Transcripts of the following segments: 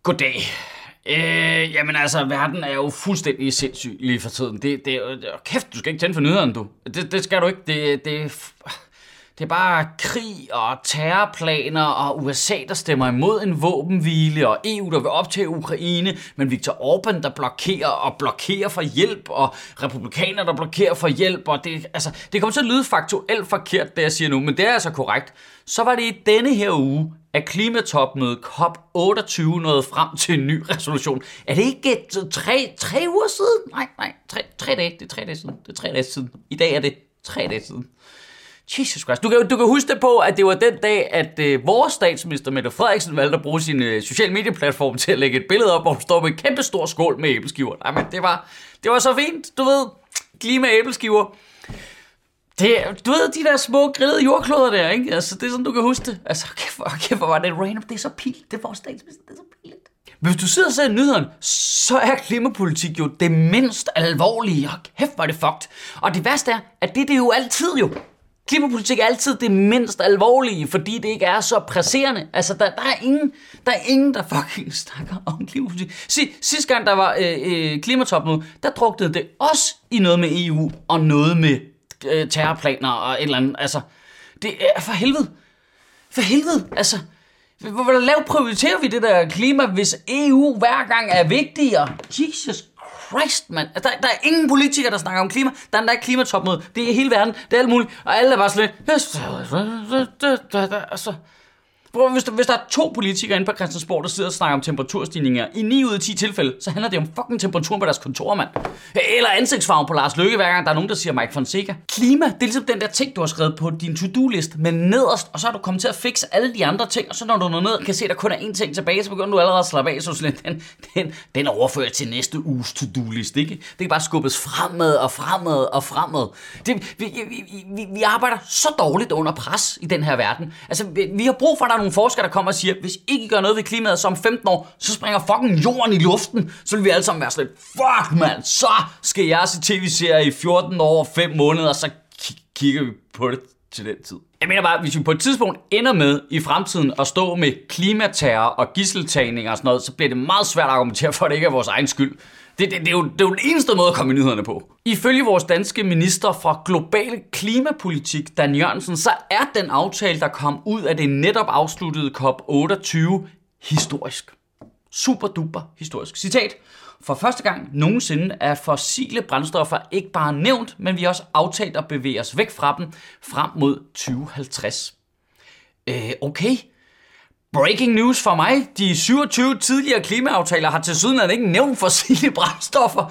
Goddag. Jamen altså, verden er jo fuldstændig sindssyg lige for tiden. Kæft, du skal ikke tænde for nyhederne, du. Det skal du ikke. Det er bare krig og terrorplaner og USA, der stemmer imod en våbenhvile, og EU, der vil optage Ukraine, men Viktor Orbán, der blokerer for hjælp, og republikanere, der blokerer for hjælp, og det kommer til at lyde faktuelt forkert, det jeg siger nu, men det er altså korrekt. Så var det i denne her uge, at klimatopmødet COP28 nåede frem til en ny resolution. Er det ikke tre uger siden? Nej, 3 dage. Det er 3 dage siden. Det er 3 dage siden. I dag er det 3 dage siden. Jesus Christ. Du kan huske det på, at det var den dag, at vores statsminister Mette Frederiksen valgte at bruge sin social medieplatform til at lægge et billede op, hvor hun står med en kæmpe stor skål med æbleskiver. Jamen, det var så fint, du ved. Klima-æbleskiver. Du ved, de der små grillede jordkloder der, ikke? Altså, det er sådan, du kan huske det. Altså, kæft, hvor var det random. Det er så pinligt. Det er vores statsminister. Det er så pinligt. Men hvis du sidder og ser nyhederne, så er klimapolitik jo det mindst alvorlige. Kæft, hvor er det fucked. Og det værste er, at det er jo altid jo. Klimapolitik er altid det mindst alvorlige, fordi det ikke er så presserende. Altså, der er ingen, der fucking snakker om klimapolitik. Sidste gang, der var klimatopmøde, der druknede det også i noget med EU og noget med terrorplaner og et eller andet. Altså, det er for helvede. For helvede, altså. Hvor lavt prioriterer vi det der klima, hvis EU hver gang er vigtigere? Jesus Christ, mand. Der er ingen politikere, der snakker om klima. Der er endda ikke klimatopmøde. Det er hele verden. Det er alt muligt. Og alle er bare sådan lidt... Altså... Hvis der er 2 politikere inde på Christiansborg, der sidder og snakker om temperaturstigninger, i 9 ud af 10 tilfælde, så handler det om fucking temperaturen på deres kontor, mand. Eller ansigtsfarven på Lars Løkke, hver gang der er nogen, der siger Mike Fonseca. Klima, det er ligesom den der ting, du har skrevet på din to-do-list, men nederst, og så har du kommet til at fikse alle de andre ting, og så når du når ned kan se, at der kun er én ting tilbage, så begynder du allerede at slappe af, så sådan, den overfører til næste uges to-do-list, ikke? Det kan bare skubbes fremad. Vi arbejder så dårligt under pres i den her verden. Altså, vi har brug for, at der er nogle forskere, der kommer og siger, hvis ikke I gør noget ved klimaet, så om 15 år, så springer fucking jorden i luften. Så vil vi alle sammen være sådan lidt, fuck mand, så skal jeg se tv-serier i 14 år og 5 måneder, og så kigger vi på det til den tid. Jeg mener bare, hvis vi på et tidspunkt ender med i fremtiden at stå med klimaterror og gisseltagning og sådan noget, så bliver det meget svært at argumentere for, at det ikke er vores egen skyld. Det er jo den eneste måde at komme i nyhederne på. Ifølge vores danske minister for global klimapolitik, Dan Jørgensen, så er den aftale, der kom ud af det netop afsluttede COP28, historisk. Super duper historisk. Citat. For første gang nogensinde er fossile brændstoffer ikke bare nævnt, men vi har også aftalt at bevæge os væk fra dem frem mod 2050. Okay. Breaking news for mig. De 27 tidligere klimaaftaler har tilsyneladende ikke nævnt fossile brændstoffer.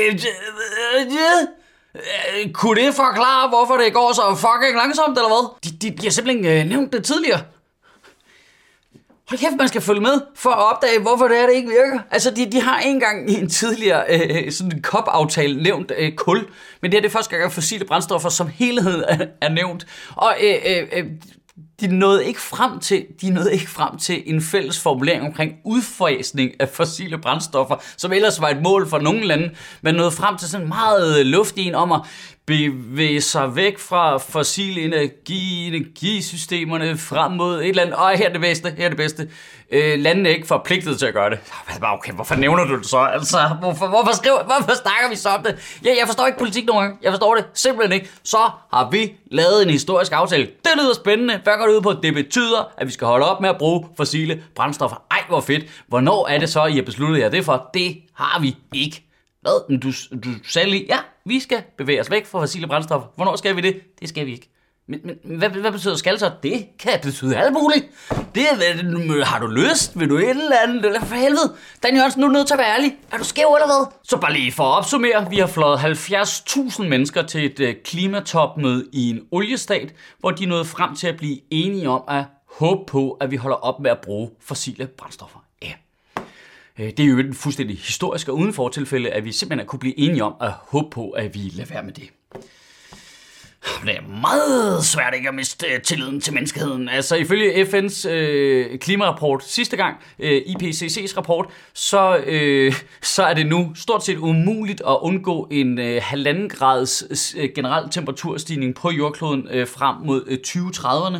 Kunne det forklare, hvorfor det går så fucking langsomt, eller hvad? De har simpelthen nævnt det tidligere. Hold kæft, man skal følge med for at opdage, hvorfor det er, det ikke virker. Altså, de har engang i en tidligere sådan en COP-aftale nævnt kul, men det er det første gang, at fossile brændstoffer som helhed er nævnt. Og de nåede ikke frem til en fælles formulering omkring udfasning af fossile brændstoffer, som ellers var et mål for nogle lande, men nåede frem til sådan meget luftig om at bevæge sig væk fra fossile energisystemerne frem mod et eller andet. Og her er det bedste. Landene er ikke forpligtet til at gøre det. Okay, hvorfor nævner du det så? Altså, hvorfor snakker vi så om det? Jeg forstår ikke politik nogen gange. Jeg forstår det simpelthen ikke. Så har vi lavet en historisk aftale. Det lyder spændende. Hvad går det ud på? Det betyder, at vi skal holde op med at bruge fossile brændstoffer. Ej, hvor fedt. Hvornår er det så, I har besluttet jer det for? Det har vi ikke. Hvad? Du sagde lige, ja, vi skal bevæge os væk fra fossile brændstoffer. Hvornår skal vi det? Det skal vi ikke. Men hvad betyder skal så? Det kan betyde alt muligt. Har du lyst? Vil du et eller andet? For helvede. Dan Jørgensen, nu er du nødt til at være ærlig. Er du skæv eller hvad? Så bare lige for at opsummere. Vi har fløjet 70.000 mennesker til et klimatopmøde i en oliestat, hvor de nåede frem til at blive enige om at håbe på, at vi holder op med at bruge fossile brændstoffer. Ja. Det er jo et fuldstændig historisk og uden fortilfælde, at vi simpelthen kunne blive enige om at håbe på, at vi lader være med det. Det er meget svært ikke at miste tilliden til menneskeheden. Altså ifølge FN's klimarapport sidste gang, IPCC's rapport, så er det nu stort set umuligt at undgå en 1,5 grads generel temperaturstigning på jordkloden frem mod 2030'erne.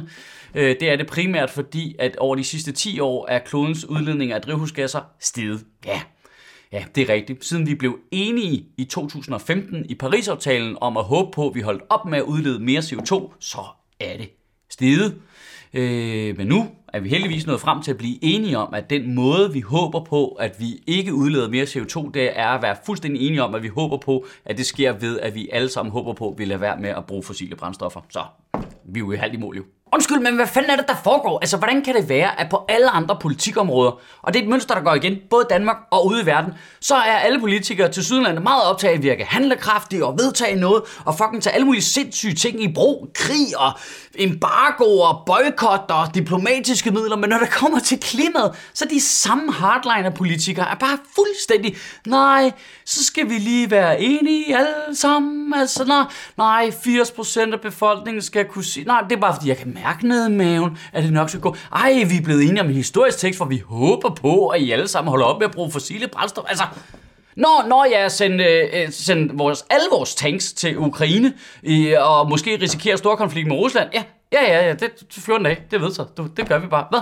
Det er det primært fordi, at over de sidste 10 år er klodens udledning af drivhusgasser steget. Ja, det er rigtigt. Siden vi blev enige i 2015 i Paris-aftalen om at håbe på, at vi holdt op med at udlede mere CO2, så er det steget. Men nu er vi heldigvis nået frem til at blive enige om, at den måde, vi håber på, at vi ikke udleder mere CO2, det er at være fuldstændig enige om, at vi håber på, at det sker ved, at vi alle sammen håber på, at vi lader være med at bruge fossile brændstoffer. Så vi er jo i halvt i mål jo. Undskyld, men hvad fanden er det, der foregår? Altså, hvordan kan det være, at på alle andre politikområder, og det er et mønster, der går igen, både i Danmark og ude i verden, så er alle politikere til Sydlandet meget optaget af at virke handlekraftige og vedtage noget, og fucking tage alle mulige sindssyge ting i brug, krig og embargo og boykot og diplomatiske midler, men når det kommer til klimaet, så de samme hardliner-politikere er bare fuldstændig, nej, så skal vi lige være enige alle sammen, altså, nej, 80% af befolkningen skal kunne sige, nej, det er bare fordi, jeg kan mærke ned i maven, at det nok skal gå. Ej, vi er blevet enige om en historisk tekst, hvor vi håber på, at I alle sammen holder op med at bruge fossile brændstof. Altså, når jeg sender alle vores tanks til Ukraine, og måske risikerer stor konflikt med Rusland, ja, det er 14 dage, det er vedtaget, det gør vi bare. Hvad?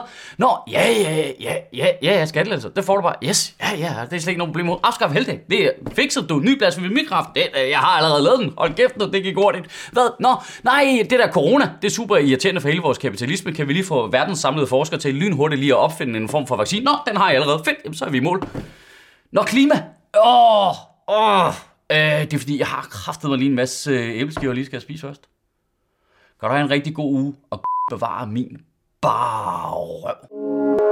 Ja, skattelettelser, det får du bare. Yes, ja, det er slet ikke nogen problem. Afskaf heldig, det er fikset, du, ny plads ved Minecraft, jeg har allerede lavet den, hold kæft, det gik hurtigt. Hvad? Nej, det der corona, det er super irriterende for hele vores kapitalisme, kan vi lige få verdens samlede forskere til lynhurtigt lige at opfinde en form for vaccine? Den har jeg allerede, fedt, jamen, så er vi i mål. Klima, det er fordi, jeg har kraftet mig lige en masse æbleskiver, lige skal spise først. Kan du have en rigtig god uge, og bevare min bare røv.